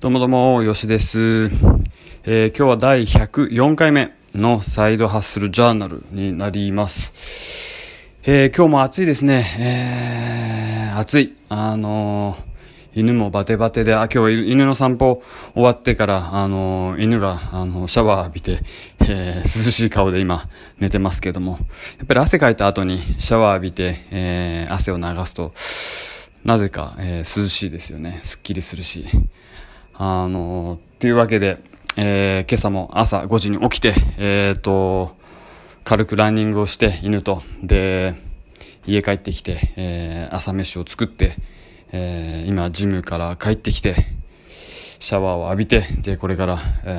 どうもどうも、よしです。今日は第104回目のサイドハッスルジャーナルになります。今日も暑いですね。暑い。犬もバテバテで、今日は犬の散歩終わってから、犬が、シャワー浴びて、涼しい顔で今寝てますけども、やっぱり汗かいた後にシャワー浴びて、汗を流すと、なぜか、涼しいですよね。すっきりするし。っていうわけで、今朝も朝5時に起きて、軽くランニングをして犬と、で、家帰ってきて、朝飯を作って、今ジムから帰ってきて、シャワーを浴びて、で、これから、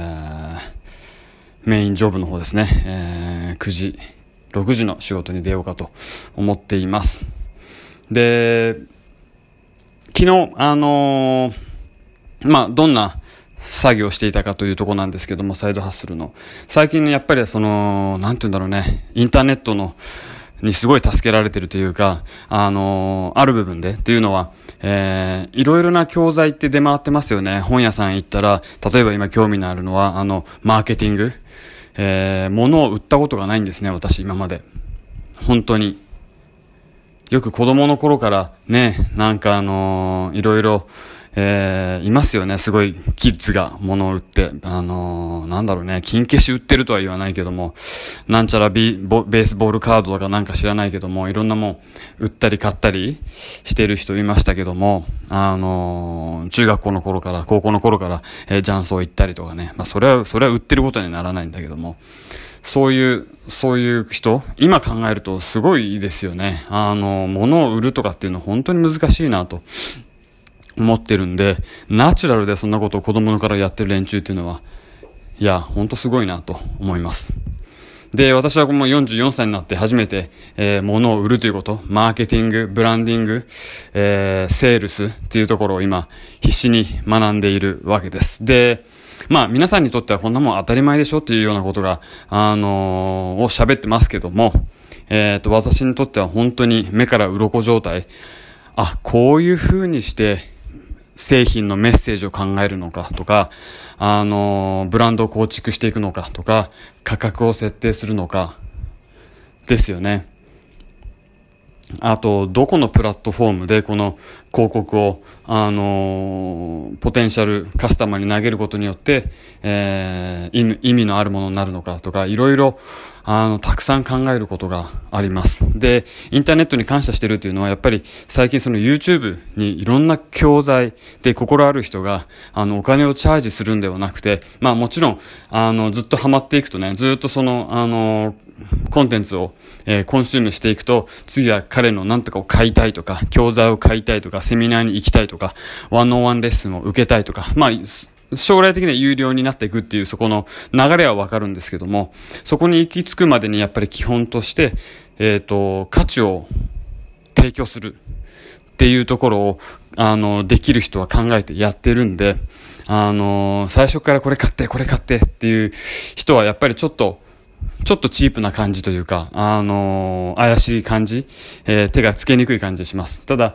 メインジョブの方ですね、9時、6時の仕事に出ようかと思っています。で、昨日、どんな作業をしていたかというところなんですけども、サイドハッスルの。最近やっぱりなんていうんだろうね、インターネットにすごい助けられてるというか、ある部分で、というのは、いろいろな教材って出回ってますよね。本屋さん行ったら、例えば今興味のあるのは、マーケティング。物を売ったことがないんですね、私、今まで。本当に。よく子供の頃からね、いろいろ、いますよね。すごいキッズが物を売って、金消し売ってるとは言わないけども、なんちゃらベースボールカードとかなんか知らないけども、いろんなもん売ったり買ったりしてる人いましたけども、中学校の頃から高校の頃から、雀荘行ったりとかね、それは売ってることにはならないんだけども、そういう人、今考えるとすごいですよね。物を売るとかっていうのは本当に難しいなと思ってるんで、ナチュラルでそんなことを子供のからやってる連中っていうのは、いや、本当すごいなと思います。で、私はもう44歳になって初めて、物を売るということ、マーケティング、ブランディング、セールスっていうところを今必死に学んでいるわけです。で、皆さんにとってはこんなもん当たり前でしょっていうようなことが、を喋ってますけども、私にとっては本当に目から鱗状態。こういう風にして製品のメッセージを考えるのかとか、ブランドを構築していくのかとか、価格を設定するのかですよね。あと、どこのプラットフォームでこの広告を、ポテンシャルカスタマーに投げることによって、意味のあるものになるのかとか、いろいろ、たくさん考えることがあります。で、インターネットに感謝してるというのは、やっぱり最近YouTube にいろんな教材で心ある人が、お金をチャージするんではなくて、もちろん、ずっとハマっていくとね、ずっとコンテンツを、コンシュームしていくと、次は彼の何とかを買いたいとか、教材を買いたいとか、セミナーに行きたいとか、101レッスンを受けたいとか、将来的には有料になっていくっていうそこの流れはわかるんですけども、そこに行き着くまでにやっぱり基本として、価値を提供するっていうところを、できる人は考えてやってるんで、最初からこれ買ってっていう人はやっぱりちょっとチープな感じというか、怪しい感じ、手がつけにくい感じします。ただ、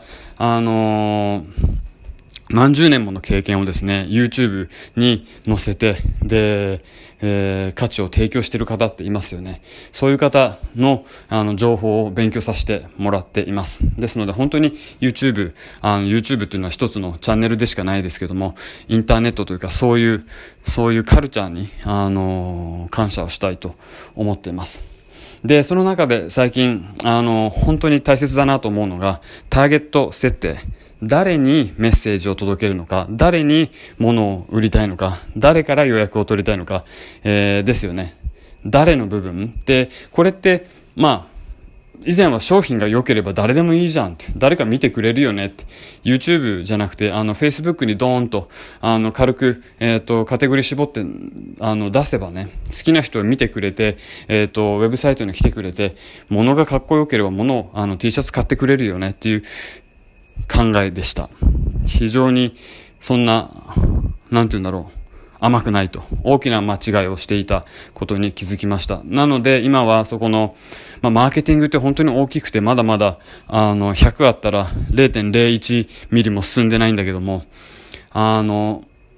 何十年もの経験をですね、YouTube に載せて、で、価値を提供している方っていますよね。そういう方の、情報を勉強させてもらっています。ですので、本当に YouTube っていうのは一つのチャンネルでしかないですけども、インターネットというか、そういうカルチャーに、感謝をしたいと思っています。で、その中で最近、本当に大切だなと思うのが、ターゲット設定。誰にメッセージを届けるのか、誰に物を売りたいのか、誰から予約を取りたいのか、ですよね。誰の部分で、これって、以前は商品が良ければ誰でもいいじゃんって、誰か見てくれるよねって、YouTube じゃなくて、Facebook にドーンと、軽く、カテゴリー絞って、出せばね、好きな人を見てくれて、ウェブサイトに来てくれて、物がかっこよければ物を、T シャツ買ってくれるよねっていう考えでした。非常に、そんな、甘くないと。大きな間違いをしていたことに気づきました。なので、今はそこの、マーケティングって本当に大きくて、まだまだ、100あったら 0.01 ミリも進んでないんだけども、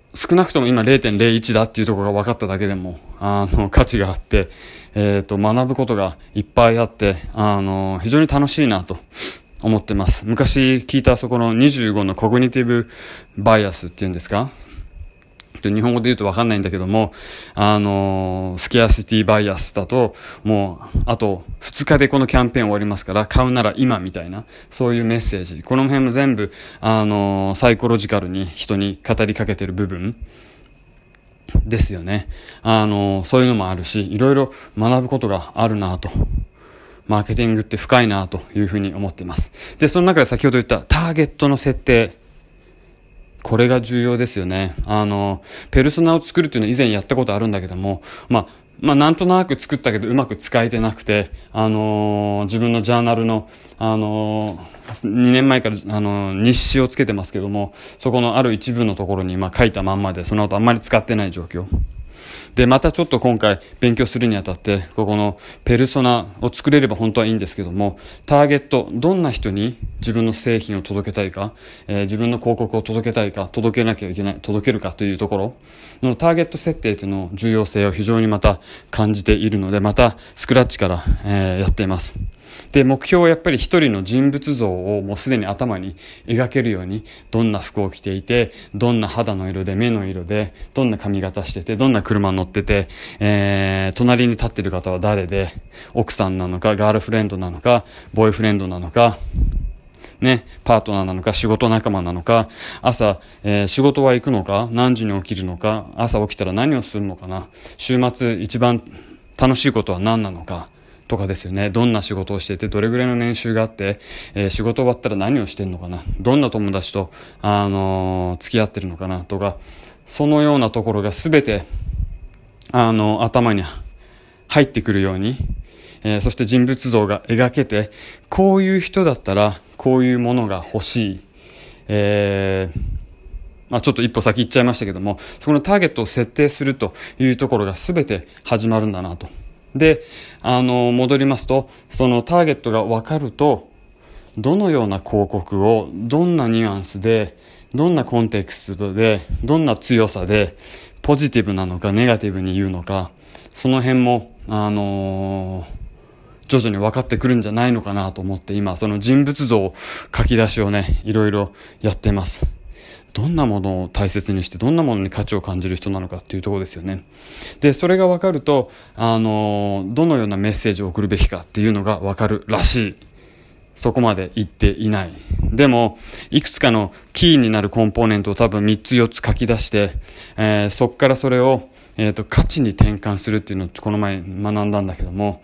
少なくとも今 0.01 だっていうところが分かっただけでも、価値があって、学ぶことがいっぱいあって、非常に楽しいなと思ってます。昔聞いたそこの25のコグニティブバイアスっていうんですか？日本語で言うと分かんないんだけども、スケアシティバイアスだと、もう、あと2日でこのキャンペーン終わりますから、買うなら今みたいな、そういうメッセージ。この辺も全部、サイコロジカルに人に語りかけてる部分ですよね。そういうのもあるし、いろいろ学ぶことがあるなと。マーケティングって深いなというふうに思っています。で、その中で先ほど言ったターゲットの設定。これが重要ですよね。ペルソナを作るっていうのは以前やったことあるんだけども、なんとなく作ったけどうまく使えてなくて、自分のジャーナルの、2年前から、日誌をつけてますけども、そこのある一部のところに、書いたまんまで、その後あんまり使ってない状況。で、またちょっと今回勉強するにあたって、ここのペルソナを作れれば本当はいいんですけども、ターゲット、どんな人に自分の製品を届けたいか、自分の広告を届けたいか、届けなきゃいけない、届けるかというところのターゲット設定というの重要性を非常にまた感じているので、またスクラッチから、やっています。で、目標はやっぱり一人の人物像をもうすでに頭に描けるように、どんな服を着ていて、どんな肌の色で、目の色で、どんな髪型してて、どんな車乗ってて、隣に立ってる方は誰で、奥さんなのか、ガールフレンドなのか、ボーイフレンドなのか、ね、パートナーなのか、仕事仲間なのか、朝、仕事は行くのか、何時に起きるのか、朝起きたら何をするのかな、週末一番楽しいことは何なのか、とかですよね。どんな仕事をしていて、どれぐらいの年収があって、仕事終わったら何をしてんのかな。どんな友達と、付き合ってるのかなとか、そのようなところがすべて、頭に入ってくるように、そして人物像が描けて、こういう人だったら、こういうものが欲しい。ちょっと一歩先行っちゃいましたけども、そこのターゲットを設定するというところがすべて始まるんだなと。で、戻りますと、そのターゲットが分かると、どのような広告を、どんなニュアンスで、どんなコンテクストで、どんな強さで、ポジティブなのかネガティブに言うのか、その辺も、徐々に分かってくるんじゃないのかなと思って、今、その人物像書き出しをね、いろいろやっています。どんなものを大切にして、どんなものに価値を感じる人なのかっていうところですよね。で、それが分かると、どのようなメッセージを送るべきかっていうのが分かるらしい。そこまで言っていない。でも、いくつかのキーになるコンポーネントを多分3つ4つ書き出して、そこからそれを、価値に転換するっていうのをこの前学んだんだけども、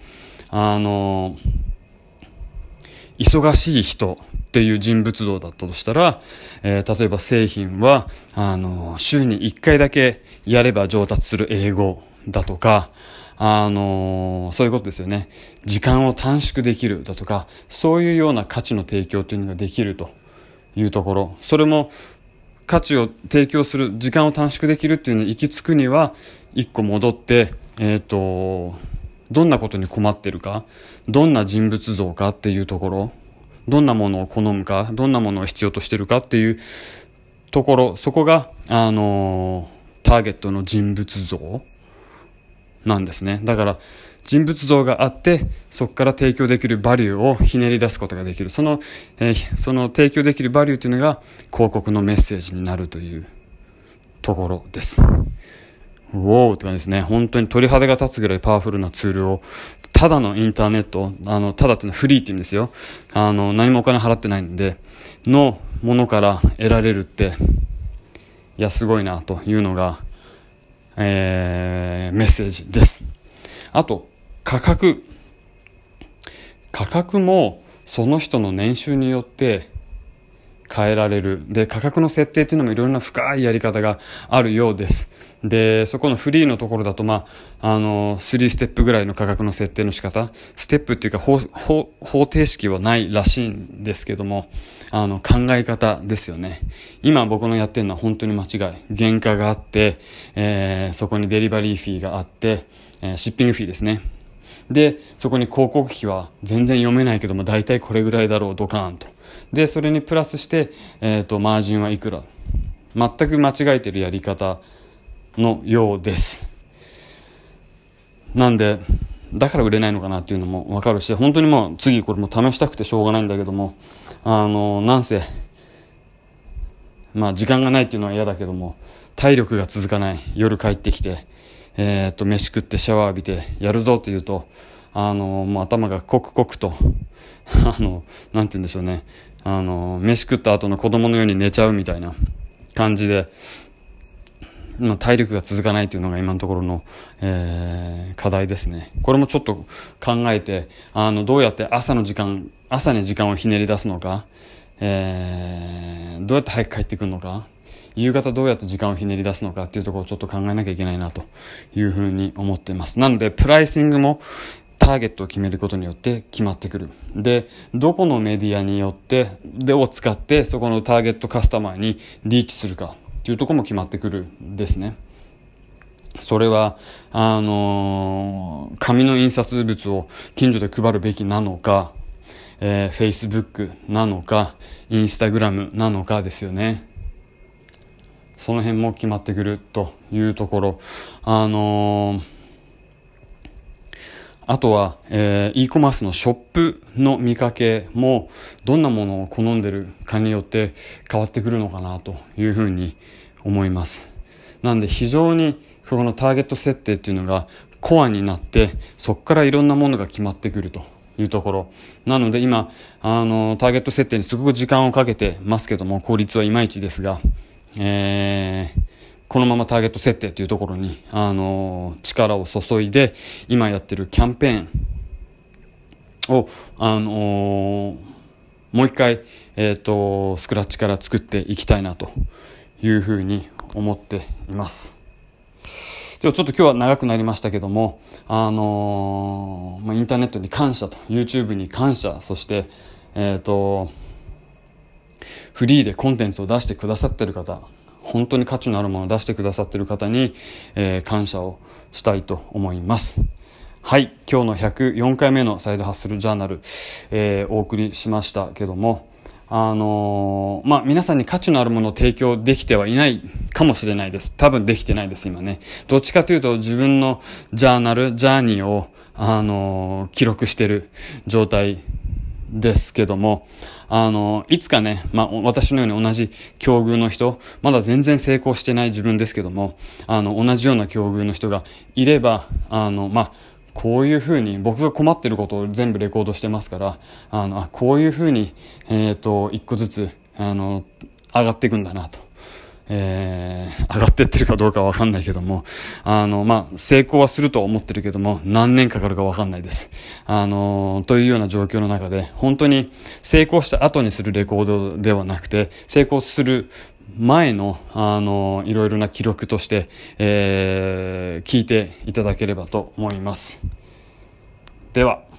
忙しい人っていう人物像だったとしたら、例えば製品は週に1回だけやれば上達する英語だとか、そういうことですよね。時間を短縮できるだとか、そういうような価値の提供というのができるというところ、それも価値を提供する、時間を短縮できるっていうのに行き着くには、一個戻って、どんなことに困ってるか、どんな人物像かっていうところ、どんなものを好むか、どんなものを必要としてるかっていうところ、そこが、ターゲットの人物像なんですね。だから人物像があって、そこから提供できるバリューをひねり出すことができる。その提供できるバリューというのが広告のメッセージになるというところです。ウォーって感じですね。本当に鳥肌が立つぐらいパワフルなツールを、ただのインターネット、ただっていうのはフリーって言うんですよ。何もお金払ってないんで、のものから得られるって、いや、すごいなというのが、メッセージです。あと、価格もその人の年収によって変えられる。で、価格の設定というのもいろいろな深いやり方があるようです。で、そこのフリーのところだと、3ステップぐらいの価格の設定の仕方、ステップっていうか方程式はないらしいんですけども、考え方ですよね。今僕のやってるのは本当に間違い。原価があって、そこにデリバリーフィーがあって、シッピングフィーですね。で、そこに広告費は全然読めないけども、だいたいこれぐらいだろう、ドカーンと。で、それにプラスして、マージンはいくら。 全く間違えてるやり方のようです。なんでだから売れないのかなっていうのも分かるし、本当にもう次これも試したくてしょうがないんだけども、なんせ時間がないっていうのは嫌だけども、体力が続かない。夜帰ってきて飯食ってシャワー浴びてやるぞというと、もう頭がコクコクとなんて言うんでしょうね、飯食った後の子供のように寝ちゃうみたいな感じで、体力が続かないというのが今のところの、課題ですね。これもちょっと考えて、どうやって朝に時間をひねり出すのか、どうやって早く帰ってくるのか、夕方どうやって時間をひねり出すのかっていうところをちょっと考えなきゃいけないなというふうに思っています。なのでプライシングもターゲットを決めることによって決まってくる。で、どこのメディアによってを使ってそこのターゲットカスタマーにリーチするかっていうところも決まってくるんですね。それは紙の印刷物を近所で配るべきなのか、Facebook なのか Instagram なのかですよね。その辺も決まってくるというところ、あとは、e コマースのショップの見かけもどんなものを好んでるかによって変わってくるのかなというふうに思います。なんで非常にこのターゲット設定っていうのがコアになって、そこからいろんなものが決まってくるというところなので、今ターゲット設定にすごく時間をかけてますけども、効率はいまいちですが、このままターゲット設定というところに、力を注いで今やってるキャンペーンを、もう一回、スクラッチから作っていきたいなというふうに思っています。ではちょっと今日は長くなりましたけども、インターネットに感謝と YouTube に感謝、そしてフリーでコンテンツを出してくださっている方、本当に価値のあるものを出してくださっている方に、感謝をしたいと思います。はい、今日の104回目のサイドハッスルジャーナル、お送りしましたけども、皆さんに価値のあるものを提供できてはいないかもしれないです。多分できてないです今ね。どっちかというと自分のジャーニーを記録している状態ですけども、いつかね、私のように同じ境遇の人、まだ全然成功してない自分ですけども、同じような境遇の人がいれば、こういうふうに僕が困ってることを全部レコードしてますから、こういうふうに一個ずつ上がっていくんだなと、上がっていってるかどうかは分かんないけども、成功はすると思ってるけども何年かかるか分かんないです。というような状況の中で、本当に成功した後にするレコードではなくて、成功する前のいろいろな記録として、聞いていただければと思います。では。